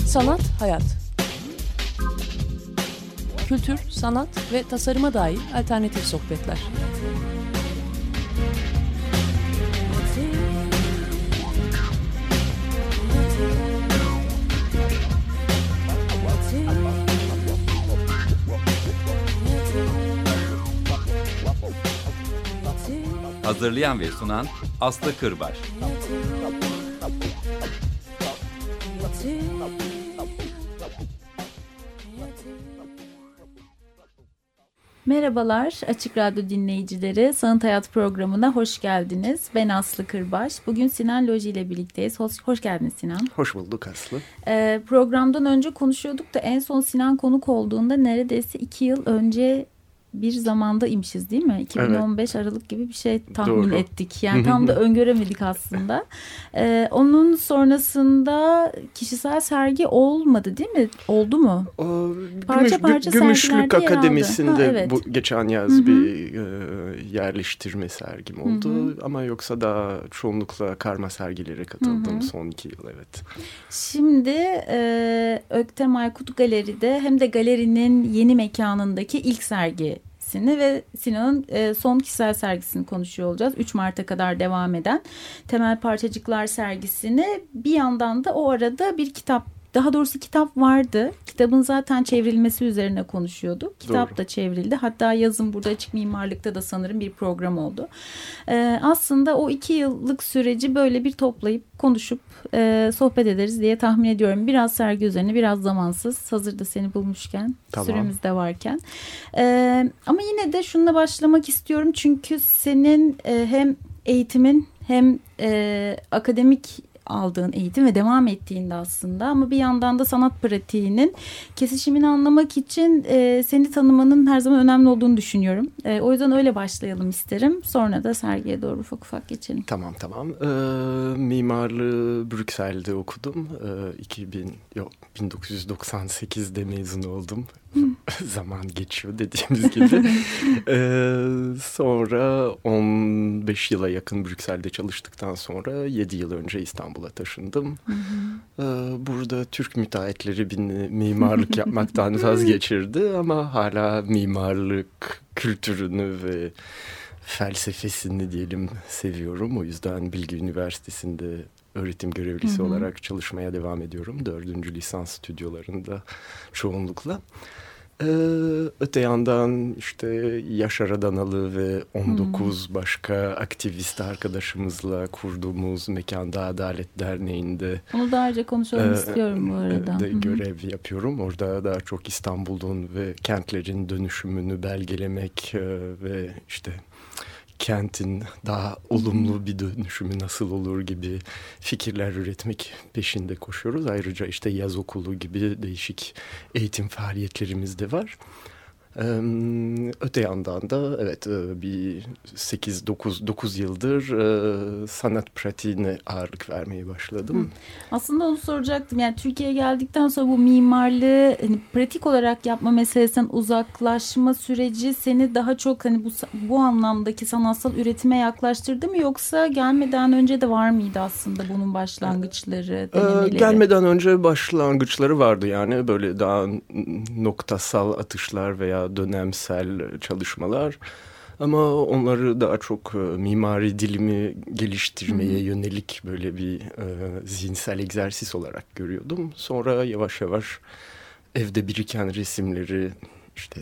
Sanat, hayat. Kültür, sanat ve tasarıma dair alternatif sohbetler. Hazırlayan ve sunan Aslı Kırbaş. Merhabalar Açık Radyo dinleyicileri, Sanat Hayat programına hoş geldiniz. Ben Aslı Kırbaş. Bugün Sinan Loji ile birlikteyiz. Hoş geldin Sinan. Hoş bulduk Aslı. Programdan önce konuşuyorduk da en son Sinan konuk olduğunda neredeyse 2 yıl önce bir zamandaymışız değil mi? 2015 evet. Aralık gibi bir şey tahmin ettik. Yani tam da öngöremedik aslında. Onun sonrasında kişisel sergi olmadı değil mi? Oldu mu? Parça Gümüşlük Akademisi'nde evet. Bu geçen yaz bir yerleştirme sergim oldu. Ama yoksa daha çoğunlukla karma sergilere katıldım son 2 yıl evet. Şimdi Öktem Aykut Galeri'de hem de galerinin yeni mekanındaki ilk sergi ve Sinan'ın son kişisel sergisini konuşuyor olacağız. 3 Mart'a kadar devam eden Temel Parçacıklar sergisini, bir yandan da o arada bir kitap, daha doğrusu kitap vardı. Kitabın zaten çevrilmesi üzerine konuşuyorduk. Kitap Doğru. da çevrildi. Hatta yazın burada Açık Mimarlık'ta da sanırım bir program oldu. Aslında o 2 yıllık süreci böyle bir toplayıp konuşup sohbet ederiz diye tahmin ediyorum. Biraz sergi üzerine, biraz zamansız. Hazır da seni bulmuşken, süremiz de varken. Ama yine de şununla başlamak istiyorum. Çünkü senin hem eğitimin hem akademik aldığın eğitim ve devam ettiğinde aslında, ama bir yandan da sanat pratiğinin kesişimini anlamak için seni tanımanın her zaman önemli olduğunu düşünüyorum. O yüzden öyle başlayalım isterim. Sonra da sergiye doğru ufak ufak geçelim. Tamam. Mimarlığı Brüksel'de okudum. 1998'de mezun oldum. Zaman geçiyor dediğimiz gibi. Sonra 15 yıla yakın Brüksel'de çalıştıktan sonra 7 yıl önce İstanbul'a taşındım. Burada Türk müteahhitleri beni mimarlık yapmaktan vazgeçirdi ama hala mimarlık kültürünü ve felsefesini diyelim seviyorum. O yüzden Bilgi Üniversitesi'nde öğretim görevlisi olarak çalışmaya devam ediyorum. 4. lisans stüdyolarında çoğunlukla. Öte yandan işte Yaşar Adanalı ve 19 başka aktivist arkadaşımızla kurduğumuz Mekanda Adalet Derneği'nde... Onu daha önce konuşalım istiyorum bu arada. Görev yapıyorum. Orada daha çok İstanbul'un ve kentlerin dönüşümünü belgelemek ve işte... kentin daha olumlu bir dönüşümü nasıl olur gibi fikirler üretmek peşinde koşuyoruz. Ayrıca işte yaz okulu gibi değişik eğitim faaliyetlerimiz de var. Öte yandan da evet bir 8-9 yıldır sanat pratiğine ağırlık vermeye başladım. Aslında onu soracaktım. Yani Türkiye'ye geldikten sonra bu mimarlığı pratik olarak yapma meselesinden uzaklaşma süreci seni daha çok bu anlamdaki sanatsal üretime yaklaştırdı mı, yoksa gelmeden önce de var mıydı aslında bunun başlangıçları, denemeleri? Gelmeden önce başlangıçları vardı, yani böyle daha noktasal atışlar veya dönemsel çalışmalar, ama onları daha çok mimari dilimi geliştirmeye yönelik böyle bir zihinsel egzersiz olarak görüyordum. Sonra yavaş yavaş evde biriken resimleri işte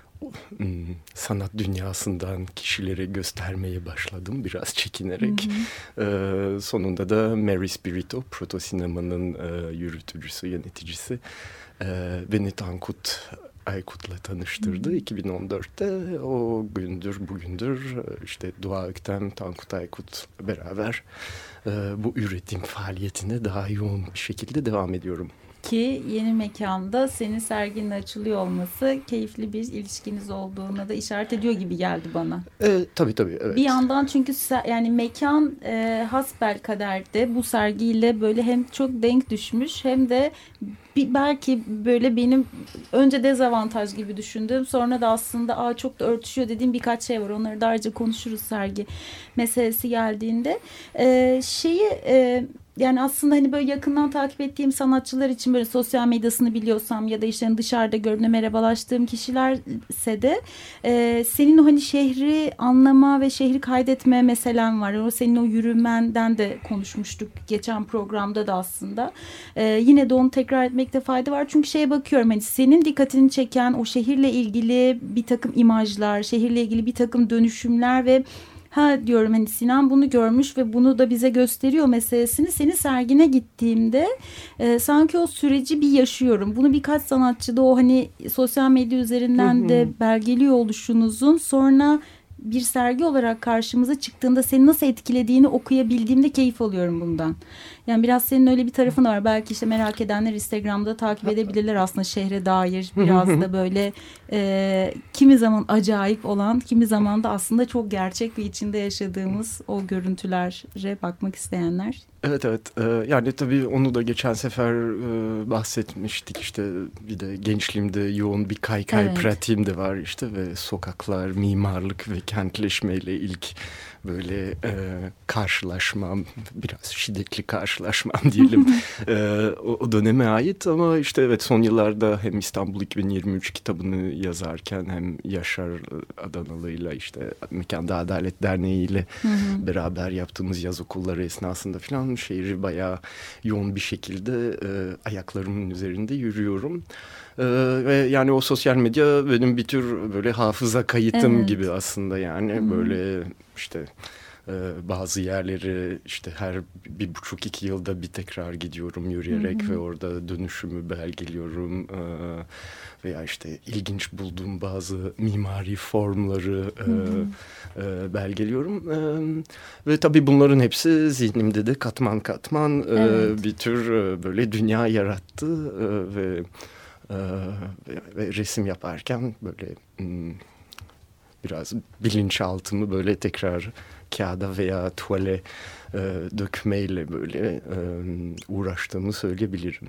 sanat dünyasından kişilere göstermeye başladım biraz çekinerek. Sonunda da Mary Spirito, Proto Sinema'nın yürütücüsü, yöneticisi beni Tankut Aykut'la tanıştırdı 2014'te. O gündür bugündür işte Dua Öktem, Tankut Aykut beraber bu üretim faaliyetine daha yoğun bir şekilde devam ediyorum. Ki yeni mekanda senin serginin açılıyor olması keyifli bir ilişkiniz olduğuna da işaret ediyor gibi geldi bana. Tabii evet. Bir yandan çünkü yani mekan hasbelkader'de bu sergiyle böyle hem çok denk düşmüş, hem de belki böyle benim önce dezavantaj gibi düşündüğüm, sonra da aslında çok da örtüşüyor dediğim birkaç şey var. Onları da ayrıca konuşuruz sergi meselesi geldiğinde. yani aslında hani böyle yakından takip ettiğim sanatçılar için böyle sosyal medyasını biliyorsam ya da işte hani dışarıda gördüğümde merhabalaştığım kişilerse de senin o hani şehri anlama ve şehri kaydetme meselen var. O senin o yürümenden de konuşmuştuk geçen programda da aslında. Yine de onu tekrar etmekte fayda var. Çünkü şeye bakıyorum, hani senin dikkatini çeken o şehirle ilgili bir takım imajlar, şehirle ilgili bir takım dönüşümler ve diyorum hani Sinan bunu görmüş ve bunu da bize gösteriyor meselesini senin sergine gittiğimde sanki o süreci bir yaşıyorum. Bunu birkaç sanatçıda o hani sosyal medya üzerinden de belgeliyor oluşunuzun sonra bir sergi olarak karşımıza çıktığında seni nasıl etkilediğini okuyabildiğimde keyif alıyorum bundan. Yani biraz senin öyle bir tarafın var. Belki işte merak edenler Instagram'da takip edebilirler aslında şehre dair. Biraz da böyle kimi zaman acayip olan, kimi zaman da aslında çok gerçek ve içinde yaşadığımız o görüntülere bakmak isteyenler. Evet. Yani tabii onu da geçen sefer bahsetmiştik. İşte bir de gençliğimde yoğun bir kaykay pratiğim de var işte ve sokaklar, mimarlık ve kentleşmeyle ilk böyle karşılaşmam, biraz şiddetli karşılaşmam diyelim o döneme ait. Ama işte evet, son yıllarda hem İstanbul 2023 kitabını yazarken hem Yaşar Adanalı'yla işte Mekanda Adalet Derneği ile beraber yaptığımız yaz okulları esnasında falan şehri bayağı yoğun bir şekilde ayaklarımın üzerinde yürüyorum. Ve yani o sosyal medya benim bir tür böyle hafıza kayıtım gibi aslında, yani böyle işte bazı yerleri işte her 1,5-2 yılda bir tekrar gidiyorum yürüyerek ve orada dönüşümü belgeliyorum. Veya işte ilginç bulduğum bazı mimari formları belgeliyorum. Ve tabii bunların hepsi zihnimde de katman katman bir tür böyle dünya yarattı ve resim yaparken böyle biraz bilinçaltımı böyle tekrar kağıda veya tuvale dökmeyle böyle uğraştığımı söyleyebilirim.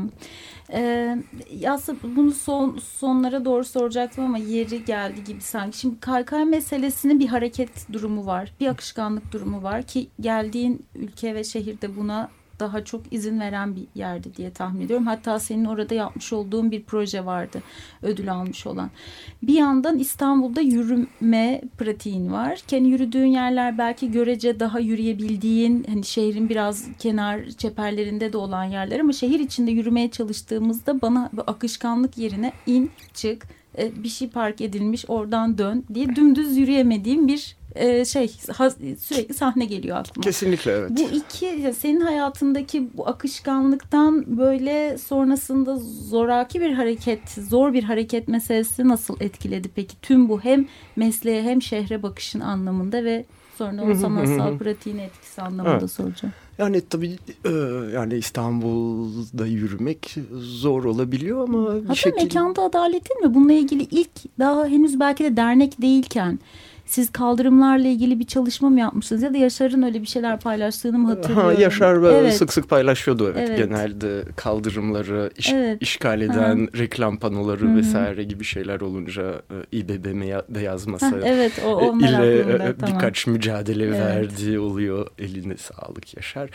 Aslında bunu sonlara doğru soracaktım ama yeri geldi gibi sanki. Şimdi kaykay meselesinin bir hareket durumu var, bir akışkanlık durumu var ki geldiğin ülke ve şehirde buna daha çok izin veren bir yerdi diye tahmin ediyorum. Hatta senin orada yapmış olduğun bir proje vardı, ödül almış olan. Bir yandan İstanbul'da yürüme pratiğin var. Kendi yürüdüğün yerler belki görece daha yürüyebildiğin, hani şehrin biraz kenar çeperlerinde de olan yerler, ama şehir içinde yürümeye çalıştığımızda bana akışkanlık yerine in, çık, bir şey park edilmiş, oradan dön diye dümdüz yürüyemediğim bir sürekli sahne geliyor aklıma. Kesinlikle evet. Bu iki, senin hayatındaki bu akışkanlıktan böyle sonrasında zoraki bir hareket, zor bir hareket meselesi nasıl etkiledi peki? Tüm bu hem mesleğe hem şehre bakışın anlamında ve sonra o sanatsal pratiğin etkisi anlamında soracağım. Yani tabii yani İstanbul'da yürümek zor olabiliyor ama bir hatta Mekanda Adalet'in mi? Bununla ilgili ilk daha henüz belki de dernek değilken siz kaldırımlarla ilgili bir çalışma mı yapmışsınız ya da Yaşar'ın öyle bir şeyler paylaştığını mı hatırlıyorum? Yaşar sık sık paylaşıyordu genelde kaldırımları işgal eden reklam panoları vesaire gibi şeyler olunca İBB'de yazması ile birkaç mücadele verdiği oluyor. Eline sağlık Yaşar.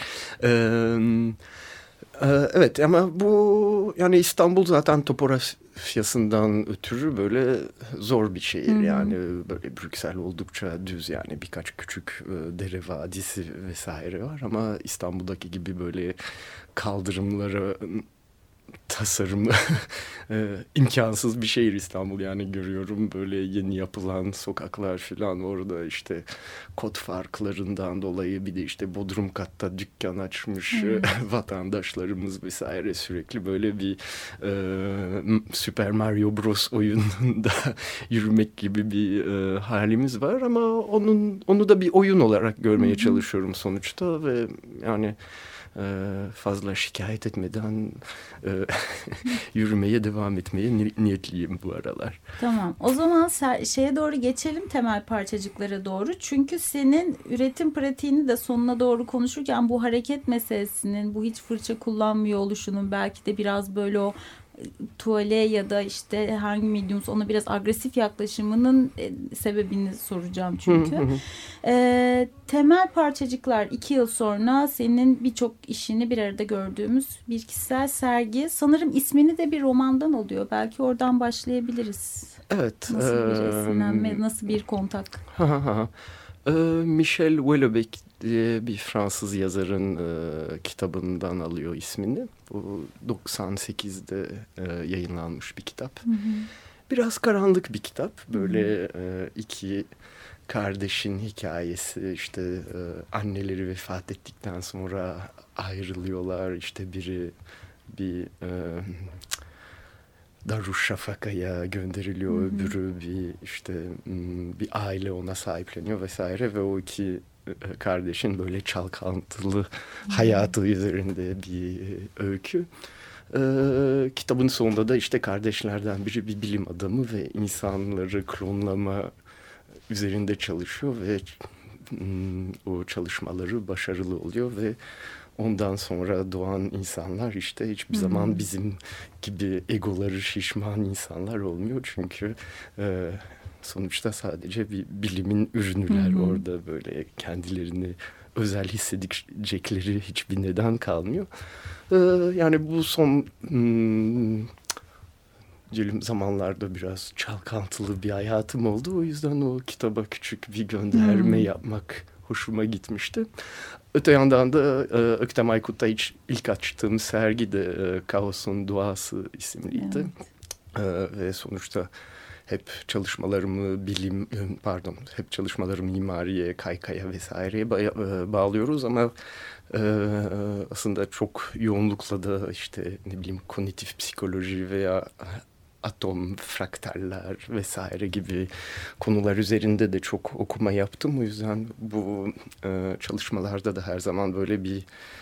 Evet ama bu yani İstanbul zaten topografyasından ötürü böyle zor bir şehir. Yani böyle Brüksel oldukça düz, yani birkaç küçük dere vadisi vesaire var ama İstanbul'daki gibi böyle kaldırımları tasarımı imkansız bir şehir İstanbul. Yani görüyorum böyle yeni yapılan sokaklar falan, orada işte kod farklarından dolayı bir de işte bodrum katta dükkan açmış vatandaşlarımız vesaire, sürekli böyle bir Super Mario Bros oyununda yürümek gibi bir halimiz var ama onu da bir oyun olarak görmeye çalışıyorum sonuçta ve yani fazla şikayet etmeden yürümeye devam etmeye niyetliyim bu aralar. Tamam. O zaman şeye doğru geçelim, temel parçacıklara doğru. Çünkü senin üretim pratiğini de sonuna doğru konuşurken bu hareket meselesinin, bu hiç fırça kullanmıyor oluşunun, belki de biraz böyle o tuvale ya da işte hangi medyumsa ona biraz agresif yaklaşımının sebebini soracağım çünkü. Temel Parçacıklar 2 yıl sonra senin birçok işini bir arada gördüğümüz bir kişisel sergi. Sanırım ismini de bir romandan alıyor. Belki oradan başlayabiliriz. Evet. Nasıl bir esinlenme, nasıl bir kontak? Michel Houellebecq diye bir Fransız yazarın kitabından alıyor ismini. Bu 98'de yayınlanmış bir kitap. Biraz karanlık bir kitap. Böyle iki kardeşin hikayesi, işte anneleri vefat ettikten sonra ayrılıyorlar. İşte biri bir Darüşşafaka'ya gönderiliyor, öbürü bir aile ona sahipleniyor vesaire ve o iki kardeşin böyle çalkantılı hayatı üzerinde bir öykü. Kitabın sonunda da işte kardeşlerden biri bir bilim adamı ve insanları klonlama üzerinde çalışıyor ve o çalışmaları başarılı oluyor ve ondan sonra doğan insanlar işte hiçbir zaman bizim gibi egoları şişman insanlar olmuyor. Çünkü sonuçta sadece bir bilimin ürünüler. Orada böyle kendilerini özel hissedecekleri hiçbir neden kalmıyor. Yani bu son zamanlarda biraz çalkantılı bir hayatım oldu. O yüzden o kitaba küçük bir gönderme yapmak hoşuma gitmişti. Öte yandan da Öktem Aykut'ta ilk açtığım sergi de Kaosun Duası isimliydi. Ve sonuçta hep çalışmalarımı mimariye, kaykaya vesaireye bağlıyoruz ama aslında çok yoğunlukla da işte kognitif psikoloji veya atom, fraktaller vesaire gibi konular üzerinde de çok okuma yaptım. O yüzden bu çalışmalarda da her zaman böyle bir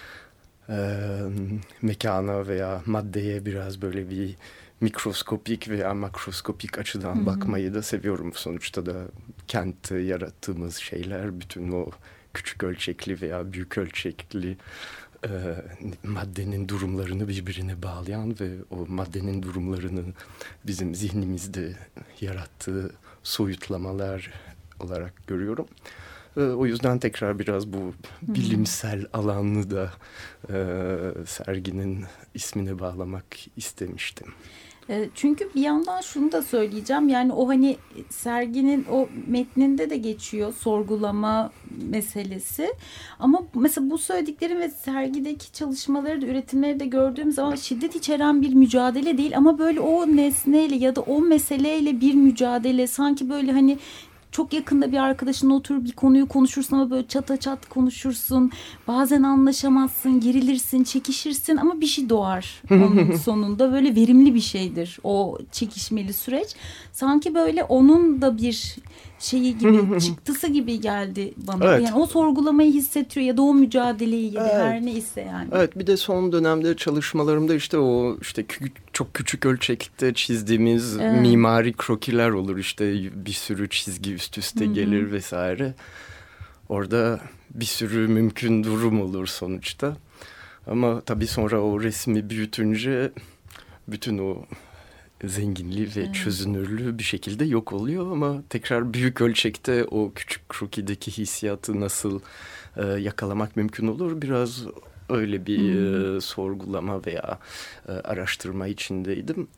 mekana veya maddeye biraz böyle bir mikroskopik veya makroskopik açıdan bakmayı da seviyorum. Sonuçta da kentte yarattığımız şeyler bütün o küçük ölçekli veya büyük ölçekli maddenin durumlarını birbirine bağlayan ve o maddenin durumlarını bizim zihnimizde yarattığı soyutlamalar olarak görüyorum. O yüzden tekrar biraz bu bilimsel alanını da serginin ismine bağlamak istemiştim. Çünkü bir yandan şunu da söyleyeceğim, yani o hani serginin o metninde de geçiyor sorgulama meselesi, ama mesela bu söylediklerim ve sergideki çalışmaları da üretimleri de gördüğüm zaman şiddet içeren bir mücadele değil ama böyle o nesneyle ya da o meseleyle bir mücadele, sanki böyle hani çok yakında bir arkadaşınla oturup bir konuyu konuşursun ama böyle çata çat konuşursun. Bazen anlaşamazsın, gerilirsin, çekişirsin ama bir şey doğar onun sonunda. Böyle verimli bir şeydir o çekişmeli süreç. Sanki böyle onun da bir şeyi gibi, çıktısı gibi geldi bana. Evet. Yani o sorgulamayı hissettiriyor ya da o mücadeleyi ya da her neyse yani. Evet, bir de son dönemde çalışmalarımda işte o çok küçük ölçekte çizdiğimiz mimari krokiler olur. İşte bir sürü çizgi üst üste gelir vesaire. Orada bir sürü mümkün durum olur sonuçta. Ama tabii sonra o resmi büyütünce bütün o zenginliği ve çözünürlüğü bir şekilde yok oluyor ama tekrar büyük ölçekte o küçük krokideki hissiyatı nasıl yakalamak mümkün olur? Biraz öyle bir sorgulama veya araştırma içindeydim.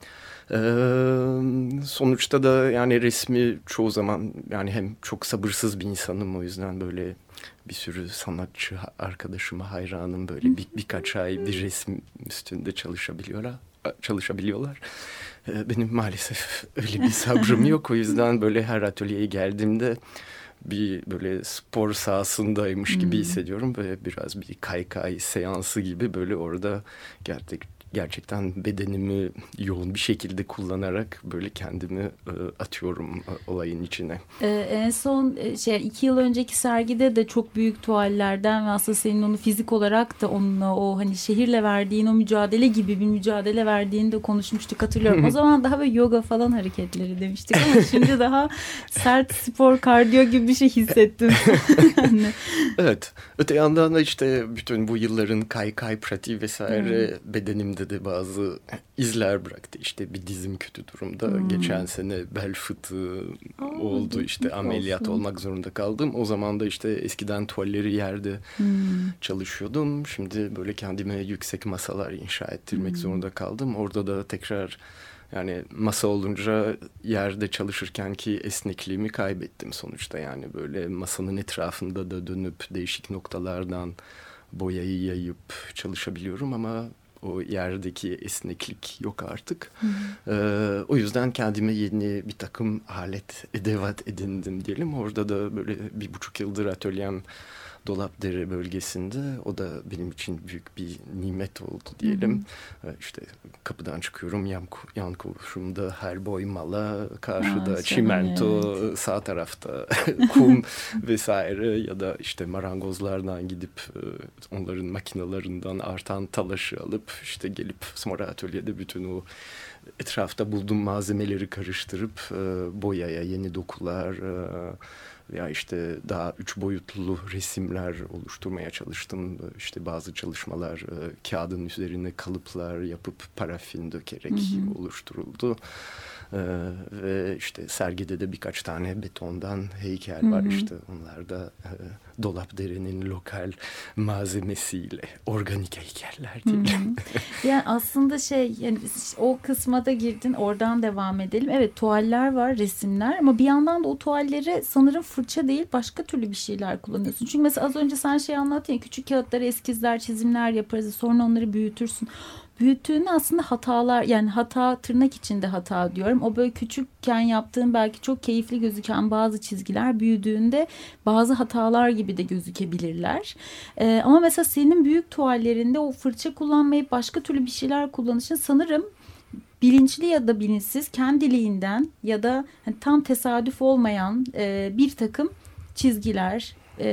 Sonuçta da yani resmi çoğu zaman, yani hem çok sabırsız bir insanım, o yüzden böyle bir sürü sanatçı arkadaşıma hayranım, böyle birkaç ay bir resim üstünde çalışabiliyorlar. Benim maalesef öyle bir sabrım yok. O yüzden böyle her atölyeye geldiğimde bir böyle spor sahasındaymış gibi hissediyorum. Böyle biraz bir kaykay seansı gibi böyle orada gerçekten bedenimi yoğun bir şekilde kullanarak böyle kendimi atıyorum olayın içine. En son 2 yıl önceki sergide de çok büyük tuvallerden ve aslında senin onu fizik olarak da onunla o hani şehirle verdiğin o mücadele gibi bir mücadele verdiğini de konuşmuştuk, hatırlıyorum. O zaman daha böyle yoga falan hareketleri demiştik ama şimdi daha sert spor, kardiyo gibi bir şey hissettim. Evet. Öte yandan da işte bütün bu yılların kaykay pratiği vesaire bedenimde bende de bazı izler bıraktı. İşte bir dizim kötü durumda. Geçen sene bel fıtığı oldu. İşte ameliyat olmak zorunda kaldım. O zaman da işte eskiden tuvalleri yerde çalışıyordum. Şimdi böyle kendime yüksek masalar inşa ettirmek zorunda kaldım. Orada da tekrar yani masa olunca yerde çalışırkenki esnekliğimi kaybettim sonuçta. Yani böyle masanın etrafında da dönüp değişik noktalardan boyayı yayıp çalışabiliyorum ama o yerdeki esneklik yok artık. O yüzden kendime yeni bir takım alet, edevat edindim diyelim. Orada da böyle 1,5 yıldır atölyem Dolapdere bölgesinde. O da benim için büyük bir nimet oldu diyelim. İşte kapıdan çıkıyorum, yan komşumda Helboy Mala, karşıda çimento, sağ tarafta kum vesaire ya da işte marangozlardan gidip onların makinalarından artan talaşı alıp işte gelip sonra atölyede bütün o etrafta bulduğum malzemeleri karıştırıp boyaya yeni dokular veya işte daha 3 boyutlu resimler oluşturmaya çalıştım. İşte bazı çalışmalar kağıdın üzerine kalıplar yapıp parafin dökerek oluşturuldu. Ve işte sergide de birkaç tane betondan heykel var. İşte onlar da Dolapdere'nin lokal malzemesiyle organik heykeller diyelim. Yani aslında yani o kısma da girdin, oradan devam edelim. Evet, tuvaller var, resimler ama bir yandan da o tuvalleri sanırım fırça değil başka türlü bir şeyler kullanıyorsun. Çünkü mesela az önce sen anlattın ya, küçük kağıtlara eskizler, çizimler yaparız, sonra onları büyütürsün. Büyüttüğünde aslında hatalar, yani hata tırnak içinde hata diyorum. O böyle küçükken yaptığın belki çok keyifli gözüken bazı çizgiler büyüdüğünde bazı hatalar gibi de gözükebilirler. Ama mesela senin büyük tuvallerinde o fırça kullanmayıp başka türlü bir şeyler kullanışın sanırım bilinçli ya da bilinçsiz kendiliğinden ya da hani tam tesadüf olmayan bir takım çizgiler,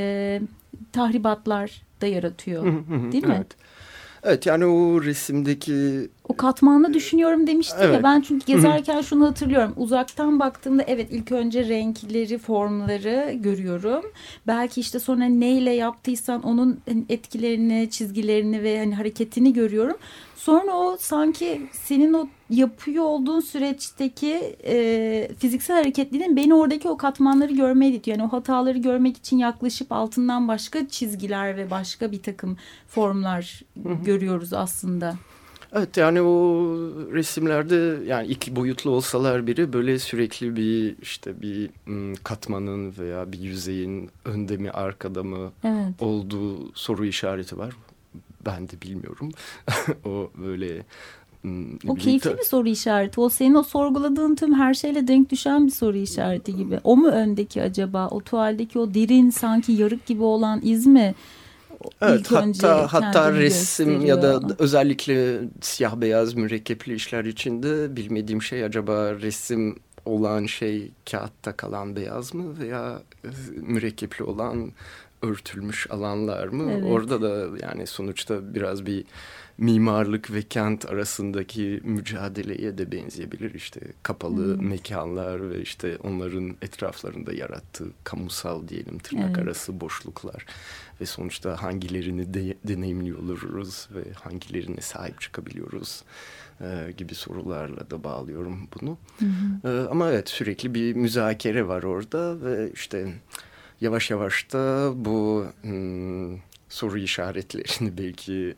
tahribatlar da yaratıyor, değil mi? Evet. Evet, yani o resimdeki... O katmanlı düşünüyorum demiştin ya, ben çünkü gezerken şunu hatırlıyorum. Uzaktan baktığımda evet, ilk önce renkleri, formları görüyorum. Belki işte sonra neyle yaptıysan onun etkilerini, çizgilerini ve hani hareketini görüyorum. Sonra o sanki senin o yapıyor olduğun süreçteki fiziksel hareketliliğin beni oradaki o katmanları görmeye itiyor. Yani o hataları görmek için yaklaşıp altından başka çizgiler ve başka bir takım formlar görüyoruz aslında. Evet, yani o resimlerde yani 2 boyutlu olsalar biri böyle sürekli bir işte bir katmanın veya bir yüzeyin önde mi arkada mı olduğu soru işareti var. Ben de bilmiyorum. O böyle... O keyifli bir soru işareti. O senin o sorguladığın tüm her şeyle denk düşen bir soru işareti gibi. O mu öndeki acaba? O tuvaldeki o derin sanki yarık gibi olan iz mi? Evet, hatta resim gösteriyor. Ya da özellikle siyah beyaz mürekkepli işler içinde bilmediğim şey acaba resim olan şey kağıtta kalan beyaz mı veya mürekkepli olan örtülmüş alanlar mı? Evet. Orada da yani sonuçta biraz bir mimarlık ve kent arasındaki mücadeleye de benzeyebilir. İşte kapalı mekanlar ve işte onların etraflarında yarattığı kamusal diyelim tırnak arası boşluklar ve sonuçta hangilerini deneyimliyoruz ve hangilerine sahip çıkabiliyoruz gibi sorularla da bağlıyorum bunu. Ama evet, sürekli bir müzakere var orada ve işte yavaş yavaş da bu soru işaretlerini belki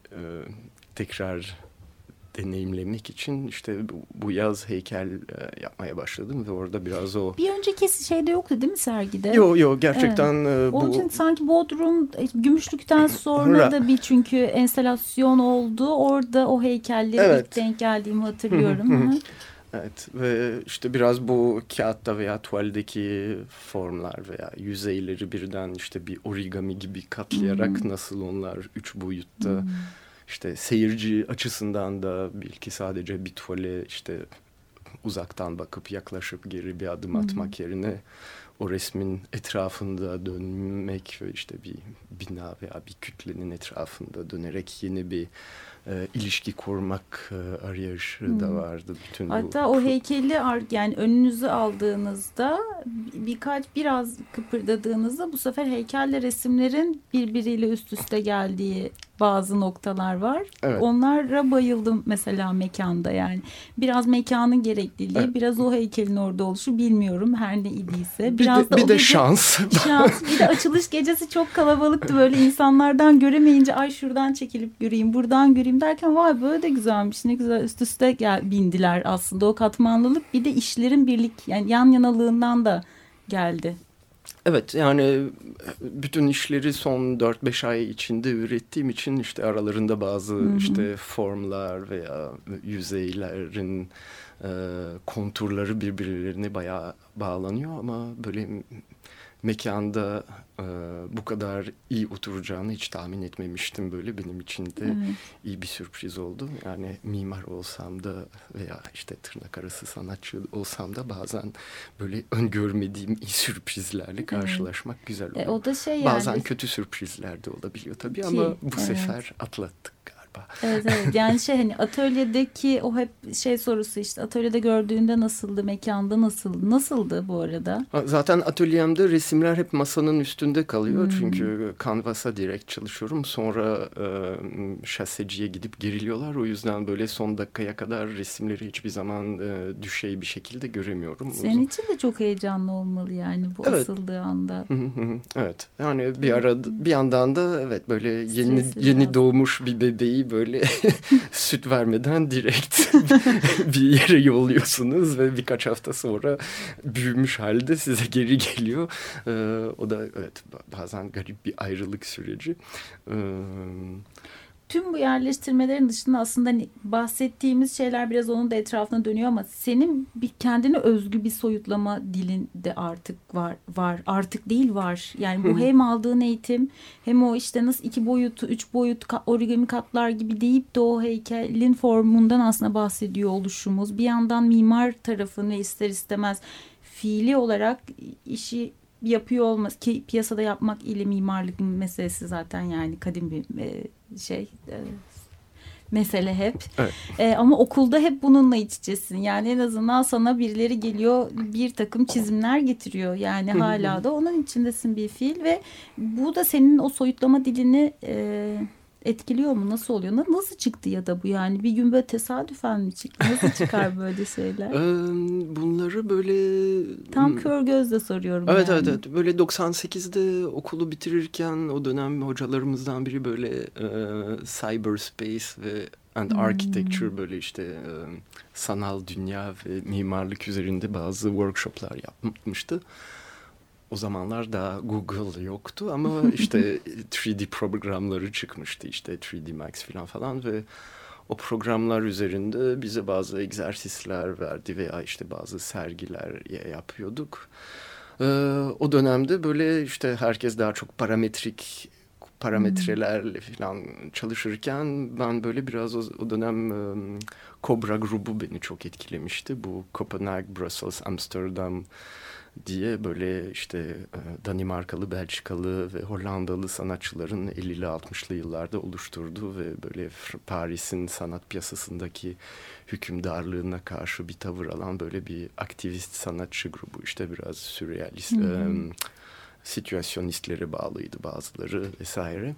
tekrar deneyimlemek için işte bu yaz heykel yapmaya başladım ve orada biraz o... Bir önceki şeyde yoktu değil mi sergide? Yok gerçekten Onun için sanki Bodrum, Gümüşlük'ten sonra da bir çünkü enstalasyon oldu. Orada o heykelleri ilk denk geldiğimi hatırlıyorum. Evet ve işte biraz bu kağıtta veya tuvaldeki formlar veya yüzeyleri birden işte bir origami gibi katlayarak nasıl onlar 3 boyutta işte seyirci açısından da belki sadece bir tuvale işte uzaktan bakıp yaklaşıp geri bir adım atmak yerine o resmin etrafında dönmek ve işte bir bina veya bir kütlenin etrafında dönerek yeni bir ilişki kurmak arayışı da vardı. Bütün hatta o heykeli yani önünüze aldığınızda biraz kıpırdadığınızda bu sefer heykelle resimlerin birbiriyle üst üste geldiği bazı noktalar var. Evet. Onlara bayıldım mesela mekanda yani. Biraz mekanın gerekliliği, evet. Biraz o heykelin orada oluşu bilmiyorum her ne idiyse. Biraz bir de şans. Bir de açılış gecesi çok kalabalıktı böyle insanlardan göremeyince ay şuradan çekilip göreyim, buradan göreyim derken vay böyle de güzelmiş. Ne güzel üst üste bindiler aslında o katmanlılık bir de işlerin yani yan yanalığından da geldi. Evet yani bütün işleri son 4-5 ay içinde ürettiğim için işte aralarında bazı işte formlar veya yüzeylerin konturları birbirlerine bayağı bağlanıyor ama böyle mekanda bu kadar iyi oturacağını hiç tahmin etmemiştim. Böyle benim için de iyi bir sürpriz oldu. Yani mimar olsam da veya işte tırnak arası sanatçı olsam da bazen böyle öngörmediğim iyi sürprizlerle karşılaşmak güzel oluyor. O da şey bazen yani... kötü sürprizler de olabiliyor tabii ama bu sefer atlattık. Evet yani hani atölyedeki o hep sorusu işte atölyede gördüğünde nasıldı, mekanda nasıldı bu arada? Zaten atölyemde resimler hep masanın üstünde kalıyor çünkü kanvasa direkt çalışıyorum sonra şaseciye gidip geriliyorlar o yüzden böyle son dakikaya kadar resimleri hiçbir zaman düşey bir şekilde göremiyorum. Senin için de çok heyecanlı olmalı yani bu asıldığı anda. Evet yani bir yandan da evet böyle yeni doğmuş bir bebeği böyle süt vermeden direkt bir yere yolluyorsunuz ve birkaç hafta sonra büyümüş halde size geri geliyor. O da evet bazen garip bir ayrılık süreci. Tüm bu yerleştirmelerin dışında aslında bahsettiğimiz şeyler biraz onun da etrafına dönüyor ama senin kendine özgü bir soyutlama dilin de artık var. Artık değil var. Yani bu hem aldığın eğitim hem o işte nasıl 2 boyutu, 3 boyut origami katlar gibi deyip de o heykelin formundan aslında bahsediyor oluşumuz. Bir yandan mimar tarafını ister istemez fiili olarak işi yapıyor olması ki piyasada yapmak ile mimarlık meselesi zaten yani kadim bir mesele hep. Evet. Ama okulda hep bununla iç içesin. Yani en azından sana birileri geliyor bir takım çizimler getiriyor. Yani hala da onun içindesin bir fiil ve bu da senin o soyutlama dilini etkiliyor mu? Nasıl oluyor? Nasıl çıktı ya da bu yani? Bir gün böyle tesadüfen mi çıktı? Nasıl çıkar böyle şeyler? Bunları böyle... Tam kör gözle soruyorum. Evet, yani. evet. Böyle 98'de okulu bitirirken o dönem hocalarımızdan biri böyle cyberspace ve architecture böyle işte sanal dünya ve mimarlık üzerinde bazı workshoplar yapmıştı. O zamanlar daha Google yoktu ama işte 3D programları çıkmıştı işte 3D Max falan ve o programlar üzerinde bize bazı egzersizler verdi veya işte bazı sergiler yapıyorduk. O dönemde böyle işte herkes daha çok parametrelerle falan çalışırken ben böyle biraz o dönem Cobra grubu beni çok etkilemişti. Bu Kopenhag, Brussels, Amsterdam diye böyle işte Danimarkalı, Belçikalı ve Hollandalı sanatçıların 50'li 60'lı yıllarda oluşturduğu ve böyle Paris'in sanat piyasasındaki hükümdarlığına karşı bir tavır alan böyle bir aktivist sanatçı grubu işte biraz sürrealist, situasyonistlere bağlıydı bazıları vesaire.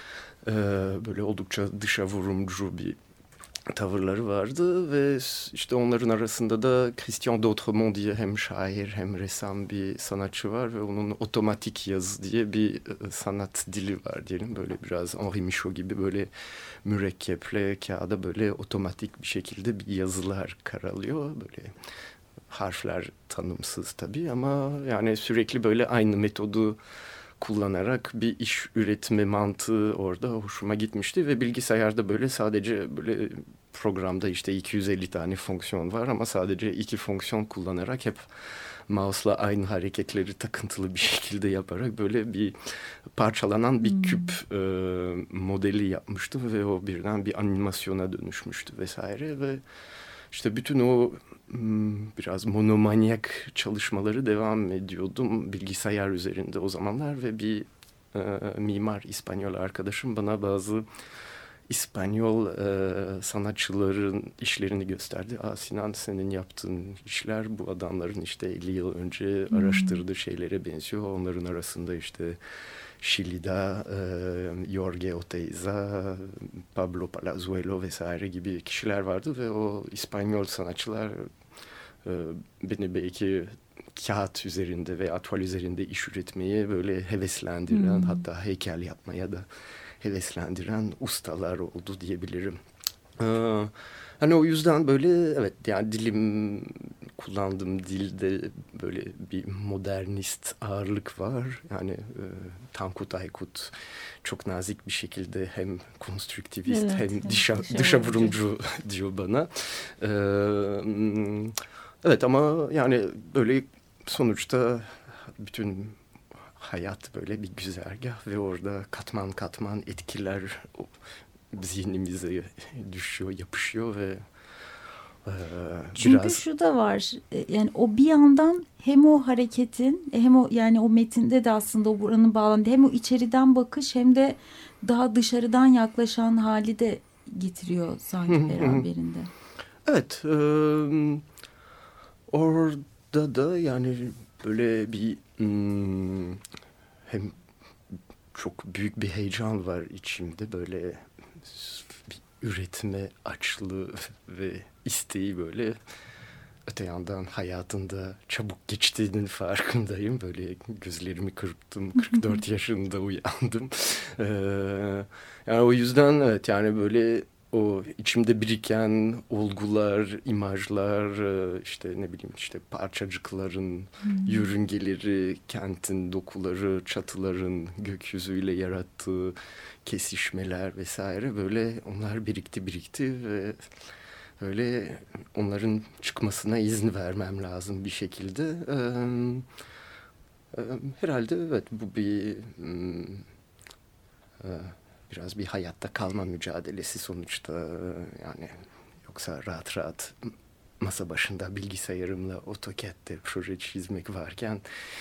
Böyle oldukça dışa vurumcu bir tavırları vardı ve işte onların arasında da Christian d'Autremont diye hem şair hem ressam bir sanatçı var ve onun otomatik yazı diye bir sanat dili var diyelim. Böyle biraz Henri Michaud gibi böyle mürekkeple kağıda böyle otomatik bir şekilde bir yazılar karalıyor. Böyle harfler tanımsız tabii ama yani sürekli böyle aynı metodu kullanarak bir iş üretme mantığı orada hoşuma gitmişti ve bilgisayarda böyle sadece böyle programda işte 250 tane fonksiyon var ama sadece 2 fonksiyon kullanarak hep mouse'la aynı hareketleri takıntılı bir şekilde yaparak böyle bir parçalanan bir küp modeli yapmıştım ve o birden bir animasyona dönüşmüştü vesaire ve işte bütün o biraz monomanyak çalışmaları devam ediyordum bilgisayar üzerinde o zamanlar ve bir mimar İspanyol arkadaşım bana bazı İspanyol sanatçıların işlerini gösterdi. Sinan, senin yaptığın işler bu adamların işte 50 yıl önce araştırdığı şeylere benziyor. Onların arasında işte Şili'de Jorge Oteiza, Pablo Palazuelo vesaire gibi kişiler vardı ve o İspanyol sanatçılar beni belki kağıt üzerinde veya tuval üzerinde iş üretmeye böyle heveslendiren, hatta heykel yapmaya da heveslendiren ustalar oldu diyebilirim. Hani o yüzden böyle evet yani kullandığım dilde böyle bir modernist ağırlık var. Yani Tankut Aykut çok nazik bir şekilde hem konstrüktivist hem dışa vurumcu diyor bana. Evet ama yani böyle sonuçta bütün hayat böyle bir güzergah ve orada katman katman etkiler zihnimize düşüyor, yapışıyor ve çünkü biraz... şu da var, yani o bir yandan hem o hareketin hem o yani o metinde de aslında o buranın bağlandığı hem o içeriden bakış hem de daha dışarıdan yaklaşan hali de getiriyor sanki beraberinde. Evet, orada da yani böyle bir hem çok büyük bir heyecan var içimde, böyle bir üretme açlığı ve isteği, böyle öte yandan hayatında çabuk geçtiğinin farkındayım. Böyle gözlerimi kırptım, 44 yaşında uyandım. Yani o yüzden evet yani böyle o içimde biriken olgular, imajlar, işte ne bileyim işte parçacıkların yörüngeleri, kentin dokuları, çatıların gökyüzüyle yarattığı kesişmeler vesaire, böyle onlar birikti ve öyle onların çıkmasına izin vermem lazım bir şekilde. Herhalde evet bu bir biraz bir hayatta kalma mücadelesi sonuçta, yani yoksa rahat rahat masa başında bilgisayarımla AutoCAD'de proje çizmek varken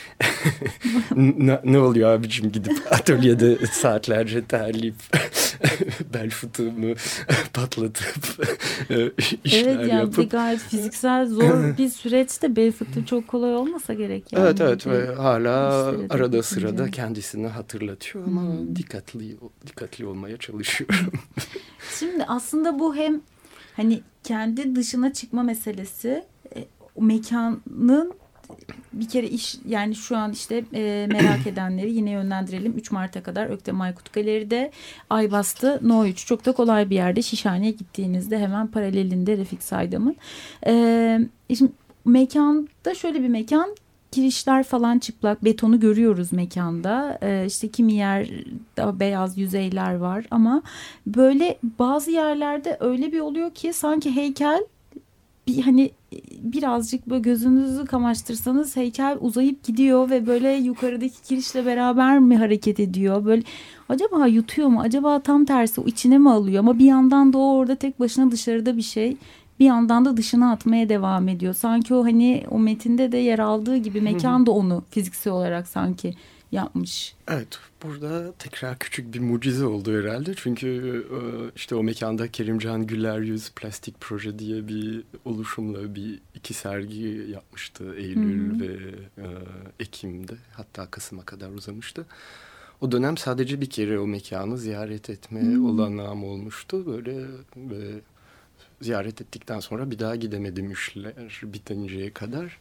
ne oluyor abicim, gidip atölyede saatlerce terleyip bel fıtığımı patlatıp işler evet, yani yapıp. bir gayet fiziksel zor bir süreçte bel fıtığı çok kolay olmasa gerek yani. Evet ve hala arada sırada bakınca kendisini hatırlatıyor ama dikkatli olmaya çalışıyorum. Şimdi aslında bu hem hani kendi dışına çıkma meselesi, o mekanın bir kere iş, yani şu an işte merak edenleri yine yönlendirelim. 3 Mart'a kadar Öktem Aykut Galeri'de, Aybastı No 3, çok da kolay bir yerde. Şişhane'ye gittiğinizde hemen paralelinde Refik Saydam'ın. Şimdi mekanda şöyle bir mekan. Kirişler falan çıplak, betonu görüyoruz mekanda. İşte kimi yer daha beyaz yüzeyler var ama böyle bazı yerlerde öyle bir oluyor ki sanki heykel bir hani birazcık böyle gözünüzü kamaştırsanız heykel uzayıp gidiyor ve böyle yukarıdaki kirişle beraber mi hareket ediyor? Böyle acaba yutuyor mu? Acaba tam tersi o içine mi alıyor? Ama bir yandan da o orada tek başına dışarıda bir şey. Bir yandan da dışına atmaya devam ediyor. Sanki o hani o metinde de yer aldığı gibi mekan da onu fiziksel olarak sanki yapmış. Evet, burada tekrar küçük bir mucize oldu herhalde. Çünkü işte o mekanda Kerimcan Güler Yüz Plastik Proje diye bir oluşumla iki sergi yapmıştı Eylül ve Ekim'de, hatta Kasım'a kadar uzamıştı. O dönem sadece bir kere o mekanı ziyaret etme olanağım olmuştu. Böyle ziyaret ettikten sonra bir daha gidemedim işler bitinceye kadar.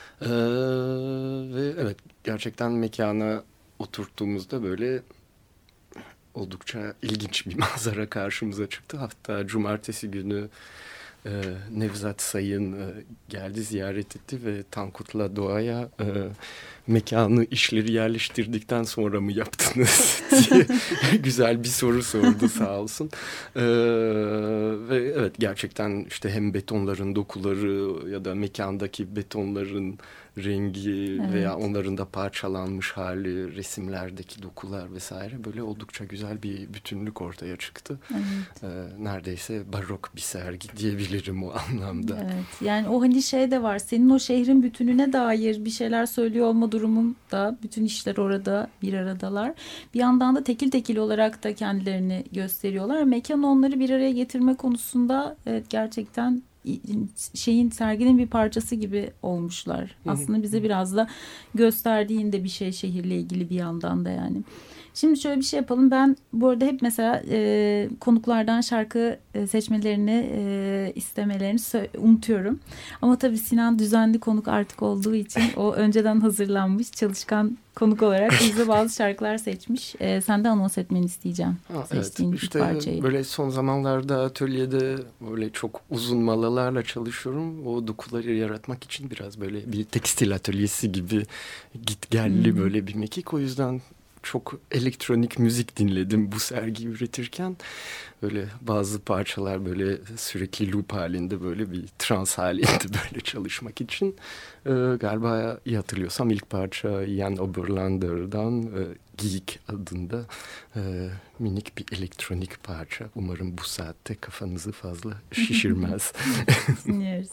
Ve evet, gerçekten mekana oturttuğumuzda böyle oldukça ilginç bir manzara karşımıza çıktı. Hatta cumartesi günü Nevzat Sayın geldi, ziyaret etti ve Tankut'la Doğa'ya mekanı, işleri yerleştirdikten sonra mı yaptınız diye güzel bir soru sordu sağ olsun. Ve evet, gerçekten işte hem betonların dokuları ya da mekandaki betonların rengi veya onların da parçalanmış hali, resimlerdeki dokular vesaire, böyle oldukça güzel bir bütünlük ortaya çıktı. Neredeyse barok bir sergi diyebilirim o anlamda. Evet, yani o hani şey de var, senin o şehrin bütününe dair bir şeyler söylüyor olma durumun da, bütün işler orada bir aradalar. Bir yandan da tekil tekil olarak da kendilerini gösteriyorlar. Mekan onları bir araya getirme konusunda evet, gerçekten serginin bir parçası gibi olmuşlar. Aslında bize biraz da gösterdiğinde bir şey şehirle ilgili bir yandan da yani. Şimdi şöyle bir şey yapalım. Ben bu arada hep mesela konuklardan şarkı seçmelerini, istemelerini unutuyorum. Ama tabii Sinan düzenli konuk artık olduğu için o önceden hazırlanmış, çalışkan konuk olarak bize bazı şarkılar seçmiş. Sen de anons etmeni isteyeceğim. Seçtiğin evet, işte parçayı. böyle son zamanlarda atölyede böyle çok uzun malalarla çalışıyorum. O dokuları yaratmak için biraz böyle bir tekstil atölyesi gibi gitgelli böyle bir mekik. O yüzden çok elektronik müzik dinledim bu sergiyi üretirken. Böyle bazı parçalar böyle sürekli loop halinde, böyle bir trans halinde böyle çalışmak için. Galiba iyi hatırlıyorsam ilk parça Jan Oberlander'dan Geek adında minik bir elektronik parça. Umarım bu saatte kafanızı fazla şişirmez. Dinliyoruz.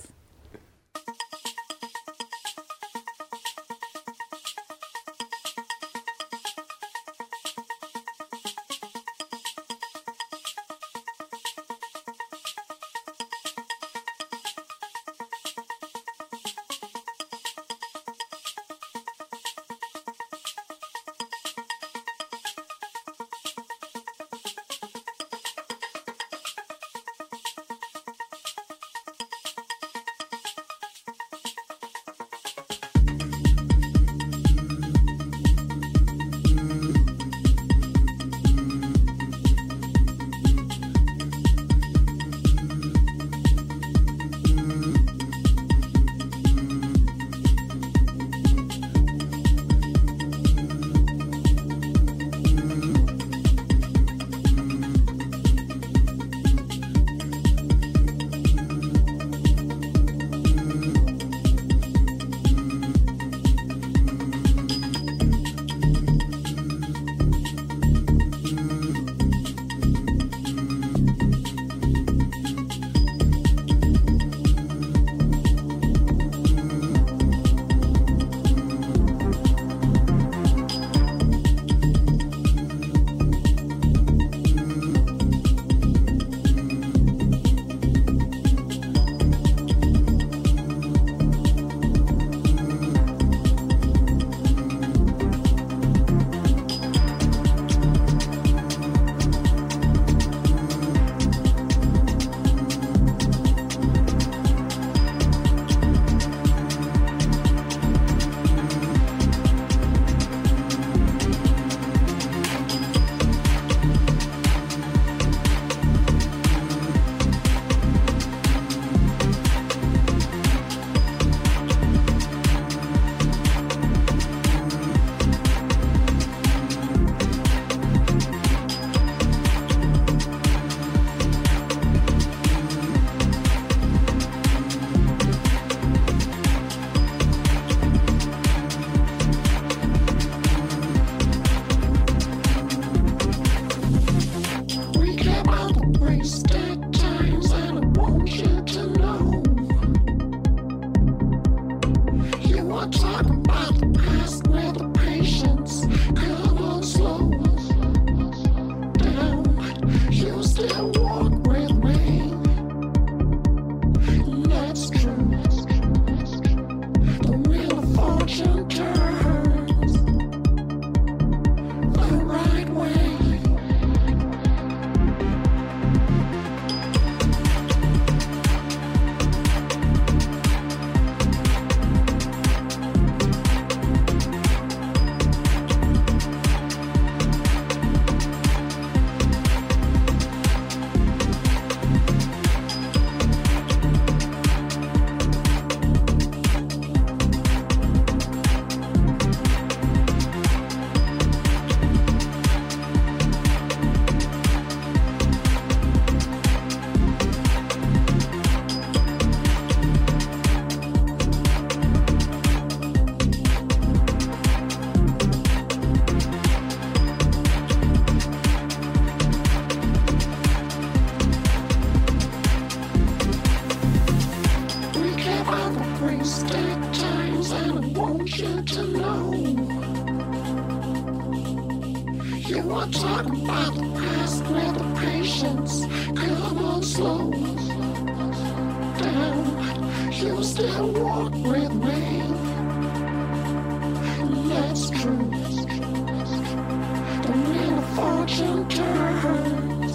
like a fight past with the patience. Come on slow down. You still walk with me. Let's cruise. The wheel of fortune turns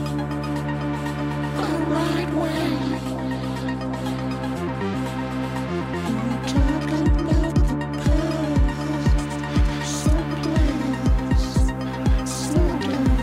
the right way. We're talking about the past. So please slow down.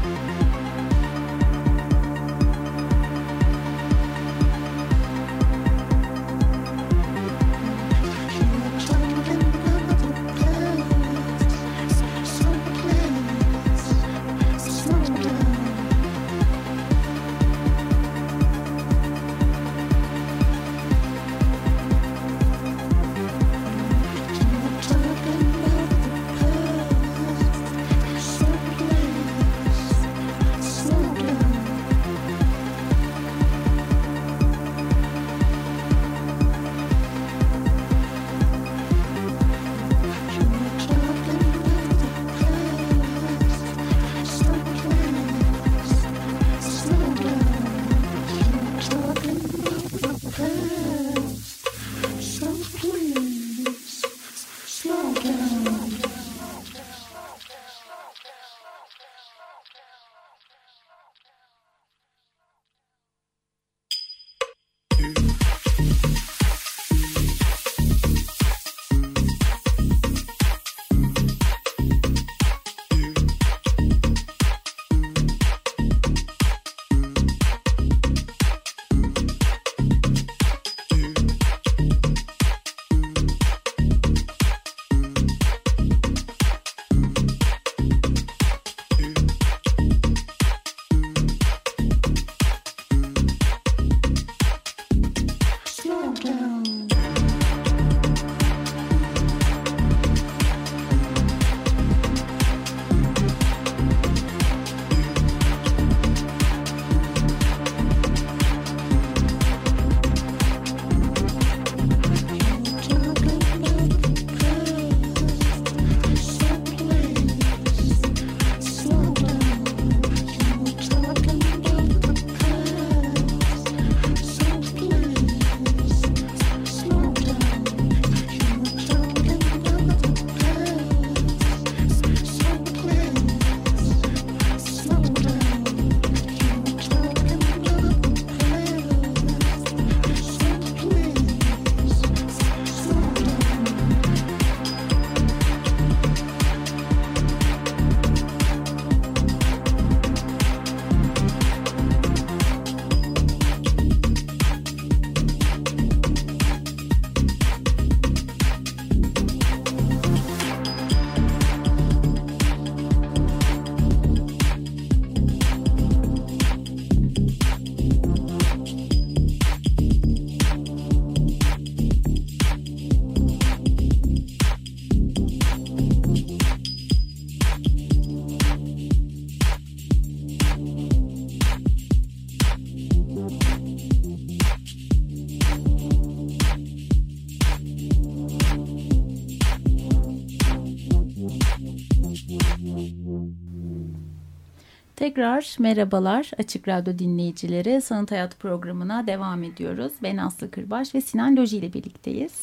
Tekrar merhabalar Açık Radyo dinleyicileri. Sanat Hayatı programına devam ediyoruz. Ben Aslı Kırbaş ve Sinan Loji ile birlikteyiz.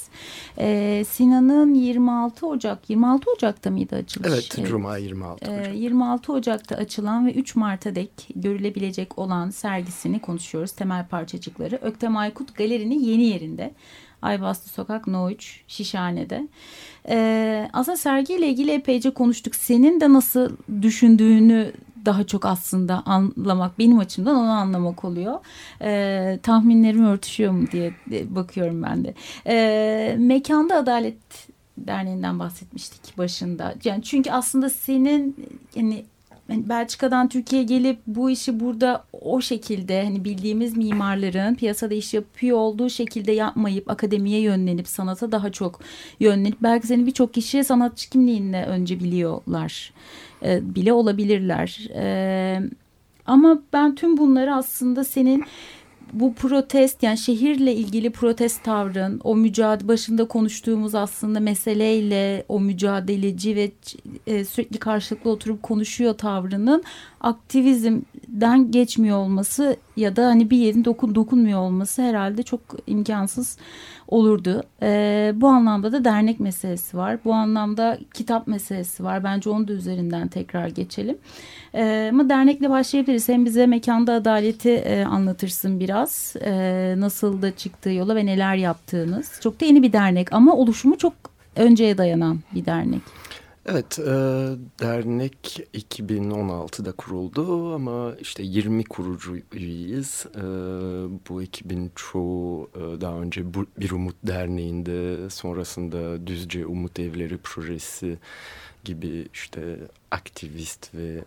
Sinan'ın 26 Ocak'ta mıydı açılış? Evet, Cuma 26 Ocak. 26 Ocak'ta açılan ve 3 Mart'a dek görülebilecek olan sergisini konuşuyoruz. Temel parçacıkları. Öktem Aykut Galeri'nin yeni yerinde. Ayvaslı Sokak No 3 Şişhane'de. Aslında sergiyle ilgili epeyce konuştuk. Senin de nasıl düşündüğünü daha çok aslında anlamak, benim açımdan onu anlamak oluyor. Tahminlerim örtüşüyor mu diye bakıyorum ben de. Mekanda Adalet Derneği'nden bahsetmiştik başında. Yani çünkü aslında senin yani Belçika'dan Türkiye'ye gelip bu işi burada o şekilde hani bildiğimiz mimarların piyasada iş yapıyor olduğu şekilde yapmayıp akademiye yönlenip sanata daha çok yönlenip belki seni birçok kişi sanatçı kimliğinle önce biliyorlar bile olabilirler. Ama ben tüm bunları aslında senin bu protest, yani şehirle ilgili protest tavrın, o mücadele başında konuştuğumuz aslında meseleyle o mücadeleci ve sürekli karşılıklı oturup konuşuyor tavrının aktivizmden geçmiyor olması ya da hani bir yerin dokunmuyor olması herhalde çok imkansız olurdu. Bu anlamda da dernek meselesi var. Bu anlamda kitap meselesi var. Bence onu da üzerinden tekrar geçelim. Ama dernekle başlayabiliriz. Hem bize Mekanda Adaleti anlatırsın biraz. Nasıl da çıktığı yola ve neler yaptığınız. Çok da yeni bir dernek ama oluşumu çok önceye dayanan bir dernek. Evet, dernek 2016'da kuruldu ama işte 20 kurucu üyeyiz. Bu ekibin çoğu daha önce Bir Umut Derneği'nde, sonrasında Düzce Umut Evleri projesi gibi işte aktivist ve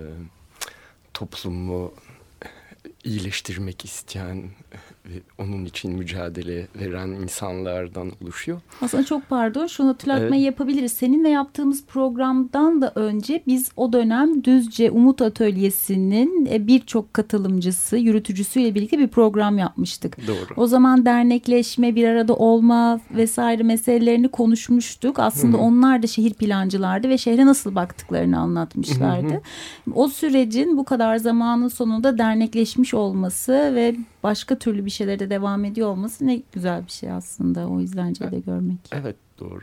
toplumu iyileştirmek isteyen ve onun için mücadele veren insanlardan oluşuyor. Aslında çok pardon, şunu hatırlatmayı yapabiliriz. Seninle yaptığımız programdan da önce biz o dönem Düzce Umut Atölyesi'nin birçok katılımcısı, yürütücüsüyle birlikte bir program yapmıştık. Doğru. O zaman dernekleşme, bir arada olma vesaire meselelerini konuşmuştuk. Aslında onlar da şehir plancılardı ve şehre nasıl baktıklarını anlatmışlardı. O sürecin bu kadar zamanın sonunda dernekleşmiş olması ve başka türlü bir şeylere de devam ediyor olması ne güzel bir şey aslında o izlenceyi de görmek. Evet, doğru.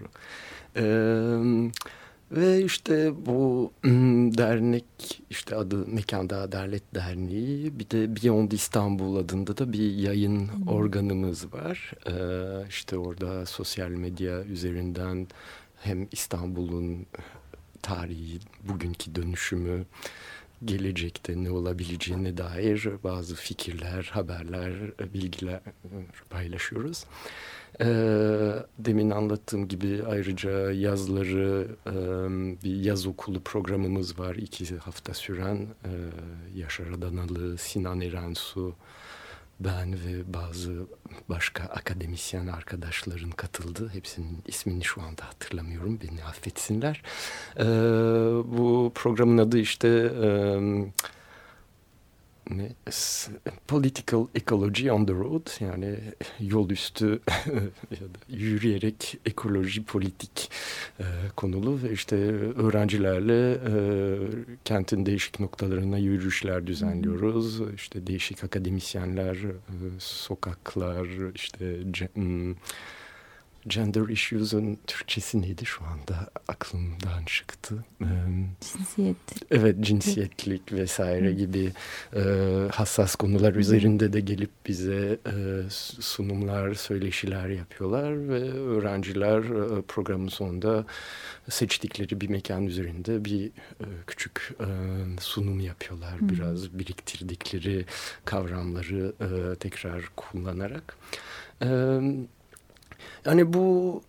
Ve işte bu dernek, işte adı Mekanda Adalet Derneği, bir de Beyond İstanbul adında da bir yayın organımız var. İşte orada sosyal medya üzerinden hem İstanbul'un tarihi, bugünkü dönüşümü, gelecekte ne olabileceğine dair bazı fikirler, haberler, bilgiler paylaşıyoruz. Demin anlattığım gibi ayrıca yazları bir yaz okulu programımız var. 2 hafta süren. Yaşar Adanalı, Sinan Erensu, ben ve bazı başka akademisyen arkadaşların katıldığı, hepsinin ismini şu anda hatırlamıyorum, beni affetsinler. Bu programın adı işte Political Ecology on the Road, yani yol üstü yürüyerek ekoloji politik konulu ve işte öğrencilerle kentin değişik noktalarına yürüyüşler düzenliyoruz. İşte değişik akademisyenler, sokaklar, işte gender issues'un Türkçesi neydi şu anda aklımdan çıktı. Cinsiyet. Evet, cinsiyetlik vesaire gibi hassas konular üzerinde de gelip bize sunumlar, söyleşiler yapıyorlar ve öğrenciler programın sonunda seçtikleri bir mekan üzerinde bir küçük sunum yapıyorlar. Biraz biriktirdikleri kavramları tekrar kullanarak. Yani bu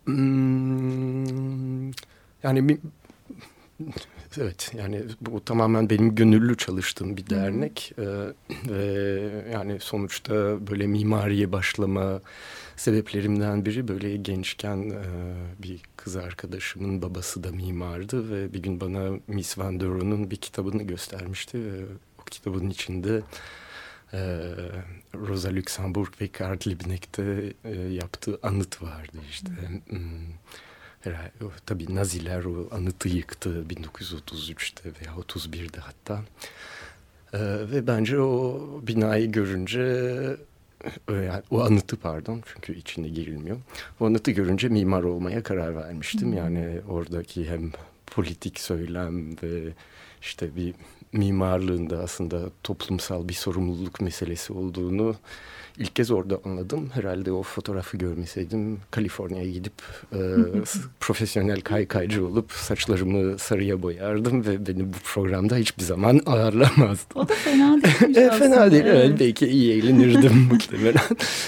yani evet, yani bu tamamen benim gönüllü çalıştığım bir dernek ve yani sonuçta böyle mimariye başlama sebeplerimden biri, böyle gençken bir kız arkadaşımın babası da mimardı ve bir gün bana Miss Van der Rohe'nun bir kitabını göstermişti ve o kitabın içinde Rosa Luxemburg ve Karl Liebknecht'te yaptığı anıt vardı işte. Tabii Naziler o anıtı yıktı 1933'te veya 31'de hatta. Ve bence o binayı görünce, yani o anıtı pardon, çünkü içine girilmiyor. O anıtı görünce mimar olmaya karar vermiştim. Yani oradaki hem politik söylem ve işte bir mimarlığında aslında toplumsal bir sorumluluk meselesi olduğunu ilk kez orada anladım. Herhalde o fotoğrafı görmeseydim Kaliforniya'ya gidip profesyonel kaykaycı olup saçlarımı sarıya boyardım ve beni bu programda hiçbir zaman ağırlamazdı. O da fena değilmiş aslında. Fena değil, evet. Belki iyi eğlenirdim muhtemelen.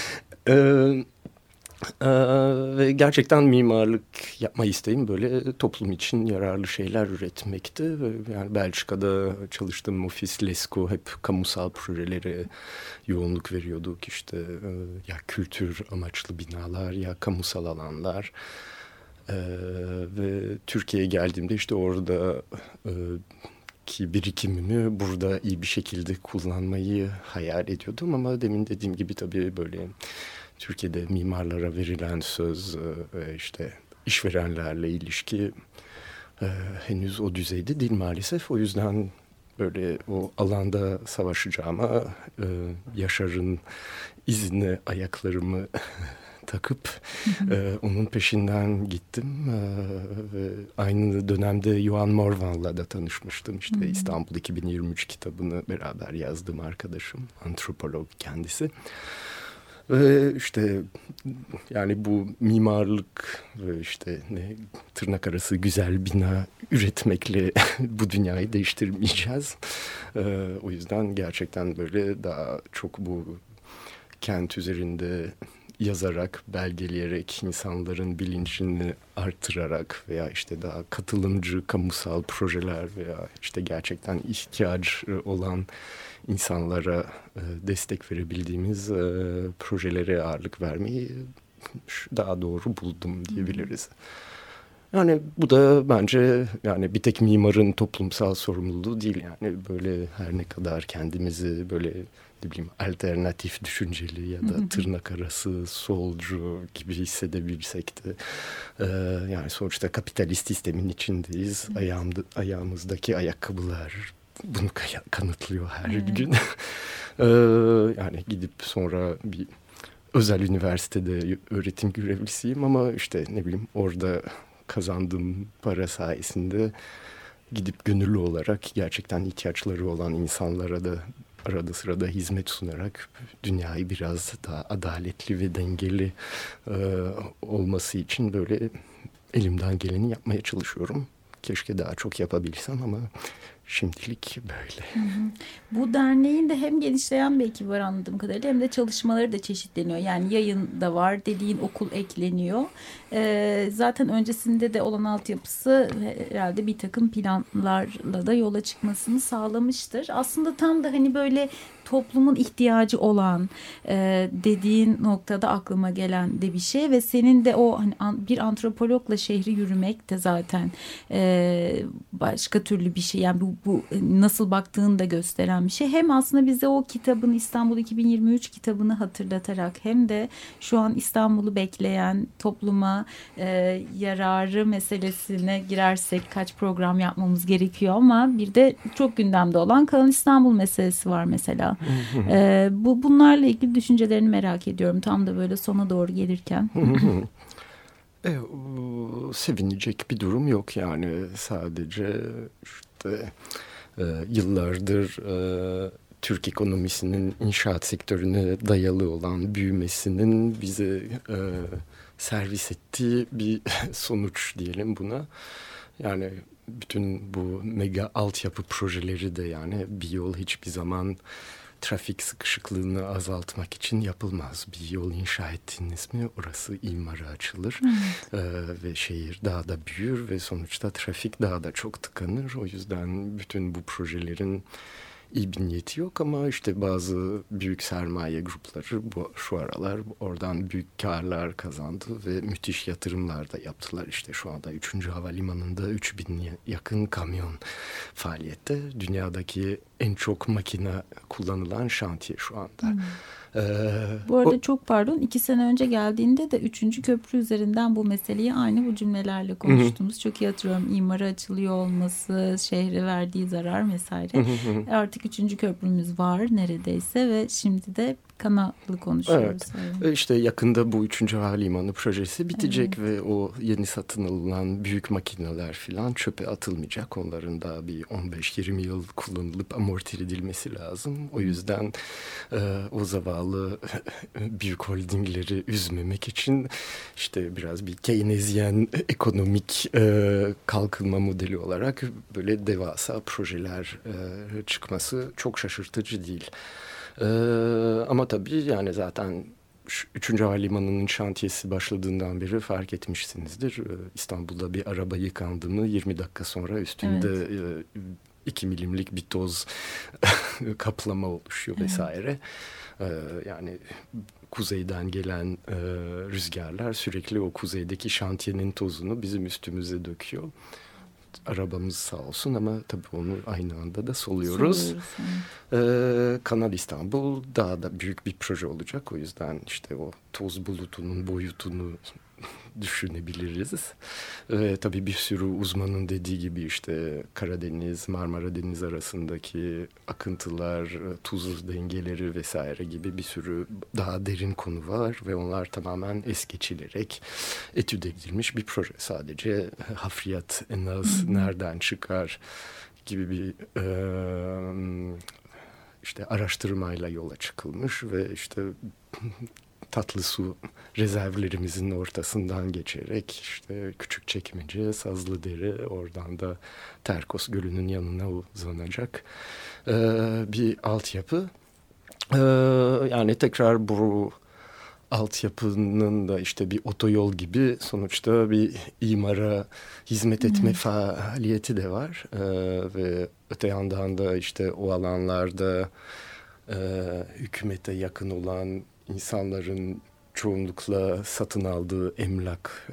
Ve gerçekten mimarlık yapma isteğim böyle toplum için yararlı şeyler üretmekti. Yani Belçika'da çalıştığım ofis Lesko hep kamusal projelere yoğunluk veriyorduk. İşte ya kültür amaçlı binalar ya kamusal alanlar. Ve Türkiye'ye geldiğimde işte orada ki birikimimi burada iyi bir şekilde kullanmayı hayal ediyordum. Ama demin dediğim gibi tabii böyle Türkiye'de mimarlara verilen söz ve işte işverenlerle ilişki henüz o düzeyde değil maalesef. O yüzden böyle o alanda savaşacağıma Yaşar'ın izine ayaklarımı takıp onun peşinden gittim. Aynı dönemde Johan Morvan'la da tanışmıştım. İşte İstanbul 2023 kitabını beraber yazdım arkadaşım. Antropolog kendisi. Ve işte yani bu mimarlık ve işte tırnak arası güzel bina üretmekle bu dünyayı değiştirmeyeceğiz. O yüzden gerçekten böyle daha çok bu kent üzerinde yazarak, belgeleyerek, insanların bilincini artırarak veya işte daha katılımcı kamusal projeler veya işte gerçekten ihtiyacı olan insanlara destek verebildiğimiz projelere ağırlık vermeyi daha doğru buldum diyebiliriz. Yani bu da bence yani bir tek mimarın toplumsal sorumluluğu değil. Yani böyle her ne kadar kendimizi böyle ne bileyim alternatif düşünceli ya da tırnak arası solcu gibi hissedebilsek de yani sonuçta kapitalist sistemin içindeyiz. Ayağımızdaki ayakkabılar bunu kanıtlıyor her gün. Yani gidip sonra bir özel üniversitede öğretim görevlisiyim ama işte ne bileyim orada kazandığım para sayesinde gidip gönüllü olarak gerçekten ihtiyaçları olan insanlara da arada sırada hizmet sunarak dünyayı biraz daha adaletli ve dengeli olması için böyle elimden geleni yapmaya çalışıyorum. Keşke daha çok yapabilsem ama şimdilik böyle. Bu derneğin de hem genişleyen bir ekibi var anladığım kadarıyla hem de çalışmaları da çeşitleniyor. Yani yayın da var, dediğin okul ekleniyor. Zaten öncesinde de olan altyapısı herhalde bir takım planlarla da yola çıkmasını sağlamıştır. Aslında tam da hani böyle toplumun ihtiyacı olan dediğin noktada aklıma gelen de bir şey ve senin de o hani bir antropologla şehri yürümek de zaten başka türlü bir şey. Yani bu nasıl baktığını da gösteren bir şey. Hem aslında bize o kitabın İstanbul 2023 kitabını hatırlatarak hem de şu an İstanbul'u bekleyen topluma yararı meselesine girersek kaç program yapmamız gerekiyor ama bir de çok gündemde olan Kalan İstanbul meselesi var mesela. Bunlarla ilgili düşüncelerini merak ediyorum tam da böyle sona doğru gelirken. Sevinecek bir durum yok yani sadece işte yıllardır Türk ekonomisinin inşaat sektörüne dayalı olan büyümesinin bize servis ettiği bir sonuç diyelim buna. Yani bütün bu mega altyapı projeleri de yani bir yol hiçbir zaman trafik sıkışıklığını azaltmak için yapılmaz. Bir yol inşa ettiğiniz mi orası imara açılır ve şehir daha da büyür ve sonuçta trafik daha da çok tıkanır. O yüzden bütün bu projelerin iyi bir niyeti yok ama işte bazı büyük sermaye grupları şu aralar oradan büyük karlar kazandı ve müthiş yatırımlar da yaptılar. İşte şu anda 3. Havalimanı'nda 3000'e yakın kamyon faaliyette. Dünyadaki en çok makine kullanılan şantiye şu anda. Bu arada çok pardon 2 sene önce geldiğinde de 3. köprü üzerinden bu meseleyi aynı bu cümlelerle konuştuğumuz çok iyi hatırlıyorum. İmara açılıyor olması, şehre verdiği zarar vesaire. Artık 3. köprümüz var neredeyse ve şimdi de kanallı konuşuyoruz. Evet. İşte yakında bu 3. Havalimanı projesi bitecek ve o yeni satın alınan büyük makineler falan çöpe atılmayacak. Onların daha bir 15-20 yıl kullanılıp amorti edilmesi lazım. O yüzden o zavallı büyük holdingleri üzmemek için işte biraz bir Keynesyen ekonomik kalkınma modeli olarak böyle devasa projeler çıkması çok şaşırtıcı değil. Ama tabii yani zaten 3. Havalimanı'nın şantiyesi başladığından beri fark etmişsinizdir. İstanbul'da bir araba yıkandı mı 20 dakika sonra üstünde 2 milimlik bir toz kaplama oluşuyor vesaire. Yani kuzeyden gelen rüzgarlar sürekli o kuzeydeki şantiyenin tozunu bizim üstümüze döküyor. arabamız sağ olsun ama tabii onu aynı anda da soluyoruz. Kanal İstanbul daha da büyük bir proje olacak. O yüzden işte o toz bulutunun boyutunu düşünebiliriz. Tabii bir sürü uzmanın dediği gibi işte Karadeniz, Marmara Denizi arasındaki akıntılar, tuz dengeleri vesaire gibi bir sürü daha derin konu var ve onlar tamamen es geçilerek etüt edilmiş bir proje. Sadece hafriyat en az nereden çıkar gibi bir işte araştırmayla yola çıkılmış ve işte tatlı su rezervlerimizin ortasından geçerek işte Küçükçekmece, Sazlıdere, oradan da Terkos Gölü'nün yanına uzanacak bir altyapı. Yani tekrar bu altyapının da işte bir otoyol gibi sonuçta bir imara hizmet etme faaliyeti de var. Ve öte yandan da işte o alanlarda hükümete yakın olan insanların çoğunlukla satın aldığı emlak,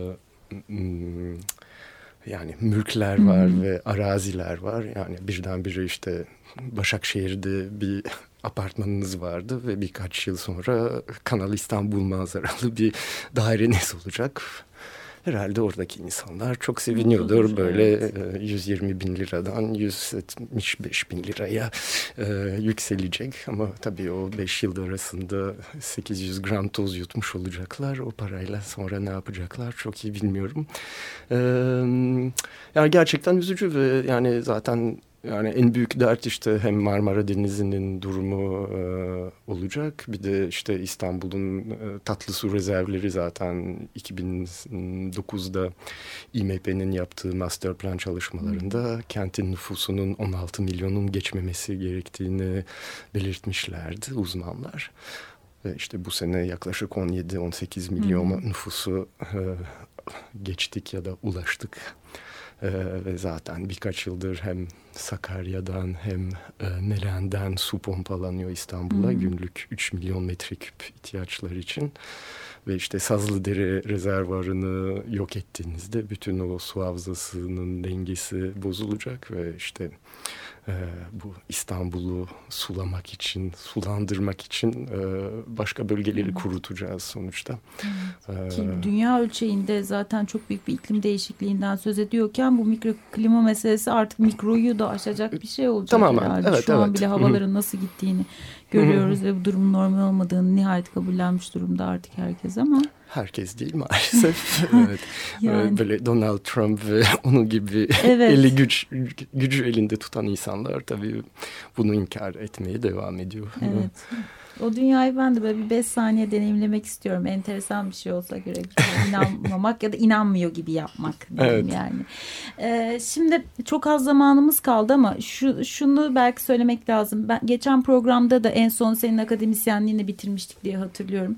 yani mülkler var ve araziler var. Yani birdenbire işte Başakşehir'de bir apartmanınız vardı ve birkaç yıl sonra Kanal İstanbul manzaralı bir daireniz olacak. Herhalde oradaki insanlar çok seviniyordur. Böyle 120 bin liradan 175 bin liraya yükselecek. Ama tabii o 5 yıl arasında 800 gram toz yutmuş olacaklar. O parayla sonra ne yapacaklar çok iyi bilmiyorum. Yani gerçekten üzücü ve yani zaten yani en büyük dert işte hem Marmara Denizi'nin durumu olacak. Bir de işte İstanbul'un tatlı su rezervleri zaten 2009'da İMP'nin yaptığı master plan çalışmalarında kentin nüfusunun 16 milyonun geçmemesi gerektiğini belirtmişlerdi uzmanlar. Ve işte bu sene yaklaşık 17-18 milyon nüfusu geçtik ya da ulaştık. Ve zaten birkaç yıldır hem Sakarya'dan hem Melen'den su pompalanıyor İstanbul'a günlük 3 milyon metreküp ihtiyaçlar için. Ve işte Sazlıdere rezervuarını yok ettiğinizde bütün o su havzasının dengesi bozulacak ve işte bu İstanbul'u sulamak için, sulandırmak için başka bölgeleri kurutacağız sonuçta. Ki dünya ölçeğinde zaten çok büyük bir iklim değişikliğinden söz ediyorken bu mikroklima meselesi artık mikroyu da aşacak bir şey olacak herhalde. Evet, Şu an bile havaların nasıl gittiğini görüyoruz ve bu durumun normal olmadığını nihayet kabullenmiş durumda artık herkes ama. Herkes değil maalesef. Evet. Yani. Böyle Donald Trump ve onun gibi eli gücü elinde tutan insanlar tabii bunu inkar etmeye devam ediyor. Evet. O dünyayı ben de böyle bir 5 saniye deneyimlemek istiyorum. Enteresan bir şey olsa gerek. İnanmamak ya da inanmıyor gibi yapmak diyeyim yani. Şimdi çok az zamanımız kaldı ama şunu belki söylemek lazım. Ben geçen programda da en son senin akademisyenliğini bitirmiştik diye hatırlıyorum.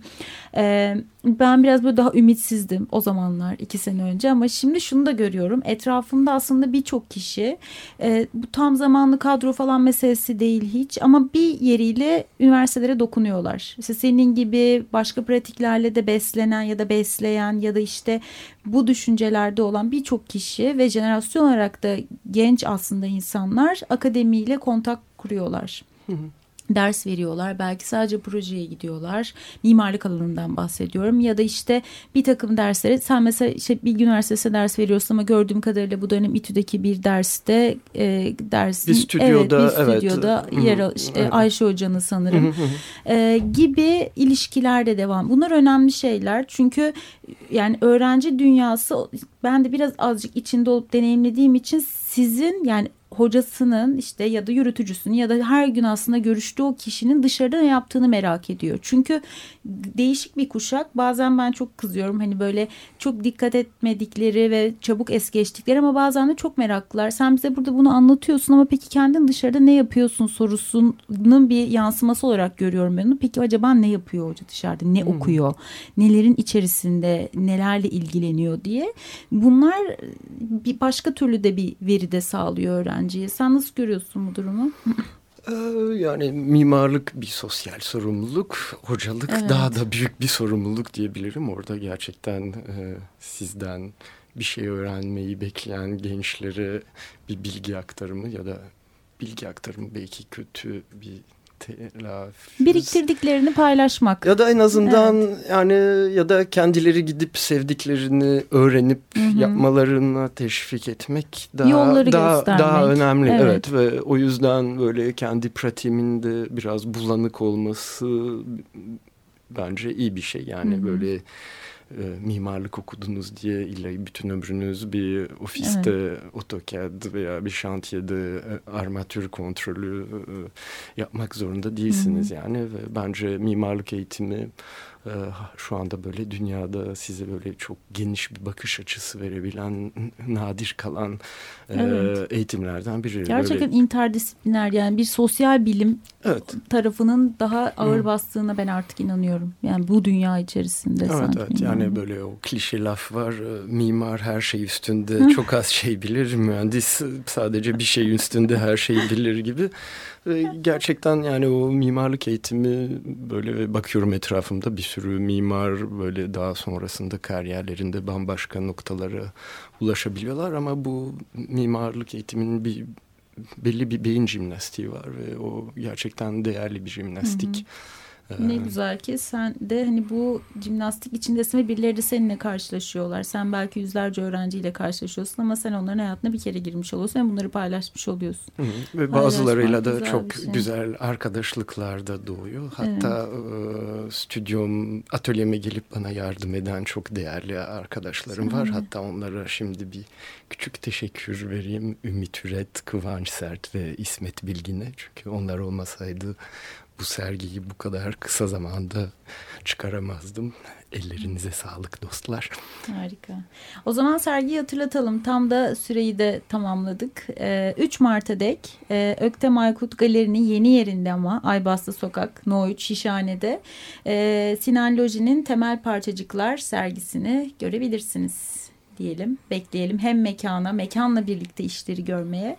Ben biraz böyle daha ümitsizdim o zamanlar 2 sene önce ama şimdi şunu da görüyorum. Etrafımda aslında birçok kişi bu tam zamanlı kadro falan meselesi değil hiç ama bir yeriyle üniversitelere dokunuyorlar. İşte senin gibi başka pratiklerle de beslenen ya da besleyen ya da işte bu düşüncelerde olan birçok kişi ve jenerasyon olarak da genç aslında insanlar akademiyle kontak kuruyorlar. Ders veriyorlar. Belki sadece projeye gidiyorlar. Mimarlık alanından bahsediyorum. Ya da işte bir takım derslere sen mesela işte Bilgi Üniversitesi'ne ders veriyorsun ama gördüğüm kadarıyla bu dönem İTÜ'deki bir derste dersin. Bir stüdyoda, bir stüdyoda Ayşe Hoca'nın sanırım gibi ilişkiler de devam. Bunlar önemli şeyler. Çünkü yani öğrenci dünyası ben de biraz azıcık içinde olup deneyimlediğim için sizin yani hocasının işte ya da yürütücüsünün ya da her gün aslında görüştüğü o kişinin dışarıda ne yaptığını merak ediyor. Çünkü değişik bir kuşak bazen ben çok kızıyorum hani böyle çok dikkat etmedikleri ve çabuk es geçtikleri ama bazen de çok meraklılar. Sen bize burada bunu anlatıyorsun ama peki kendin dışarıda ne yapıyorsun sorusunun bir yansıması olarak görüyorum ben onu. Peki acaba ne yapıyor hoca dışarıda? Ne okuyor? Nelerin içerisinde nelerle ilgileniyor diye. Bunlar bir başka türlü de bir veri de sağlıyor öğrenciye. Sen nasıl görüyorsun bu durumu? Yani mimarlık bir sosyal sorumluluk, hocalık daha da büyük bir sorumluluk diyebilirim. Orada gerçekten sizden bir şey öğrenmeyi bekleyen gençlere bir bilgi aktarımı ya da bilgi aktarımı belki kötü bir telaffuz. Biriktirdiklerini paylaşmak. Ya da en azından yani ya da kendileri gidip sevdiklerini öğrenip yapmalarına teşvik etmek daha önemli. Evet. Ve o yüzden böyle kendi pratiğimin de biraz bulanık olması bence iyi bir şey. Yani böyle mimarlık okudunuz diye illa bütün ömrünüz bir ofiste AutoCAD veya bir şantiyede armatür kontrolü yapmak zorunda değilsiniz yani. Ve bence mimarlık eğitimi şu anda böyle dünyada size böyle çok geniş bir bakış açısı verebilen nadir kalan eğitimlerden biri. Gerçekten böyle interdisipliner, yani bir sosyal bilim tarafının daha ağır bastığına ben artık inanıyorum. Yani bu dünya içerisinde sanki. Evet, yani böyle o klişe laf var, mimar her şey üstünde çok az şey bilir, mühendis sadece bir şey üstünde her şeyi bilir gibi. Gerçekten yani o mimarlık eğitimi böyle bakıyorum etrafımda bir sürü mimar böyle daha sonrasında kariyerlerinde bambaşka noktalara ulaşabiliyorlar ama bu mimarlık eğitiminin belli bir beyin jimnastiği var ve o gerçekten değerli bir jimnastik. Ne güzel ki sen de hani bu jimnastik içindesin ve birileri de seninle karşılaşıyorlar. Sen belki yüzlerce öğrenciyle karşılaşıyorsun ama sen onların hayatına bir kere girmiş oluyorsun ve bunları paylaşmış oluyorsun. Ve bazılarıyla da çok güzel arkadaşlıklar da doğuyor. Hatta stüdyom, atölyeme gelip bana yardım eden çok değerli arkadaşlarım var. Hatta onlara şimdi bir küçük teşekkür vereyim. Ümit Üret, Kıvanç Sert ve İsmet Bilgin'e. Çünkü onlar olmasaydı bu sergiyi bu kadar kısa zamanda çıkaramazdım. Ellerinize sağlık dostlar. Harika. O zaman sergiyi hatırlatalım. Tam da süreyi de tamamladık. 3 Mart'a dek Öktem Aykut Galeri'nin yeni yerinde ama Aybastı Sokak No 3 Şişhane'de Sinan Loji'nin Temel Parçacıklar sergisini görebilirsiniz diyelim. Bekleyelim hem mekanla birlikte işleri görmeye.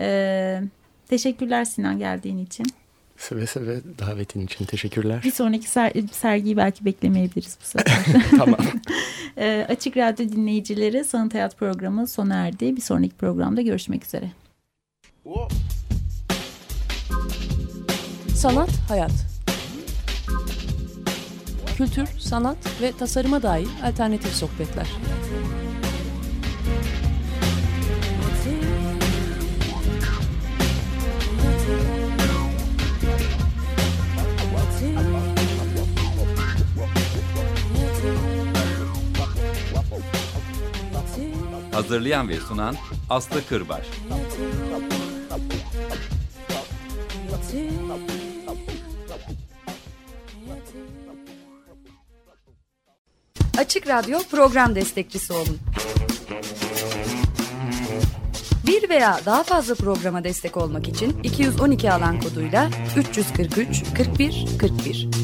Teşekkürler Sinan geldiğin için. Seve seve davetin için teşekkürler. Bir sonraki sergiyi belki beklemeyebiliriz bu sefer. Tamam. Açık Radyo dinleyicileri, Sanat Hayat programı sona erdi. Bir sonraki programda görüşmek üzere. Sanat Hayat. Kültür, sanat ve tasarıma dair alternatif sohbetler. Hazırlayan ve sunan Aslı Kırbaş. Açık Radyo program destekçisi olun. Bir veya daha fazla programa destek olmak için 212 alan koduyla 343 41 41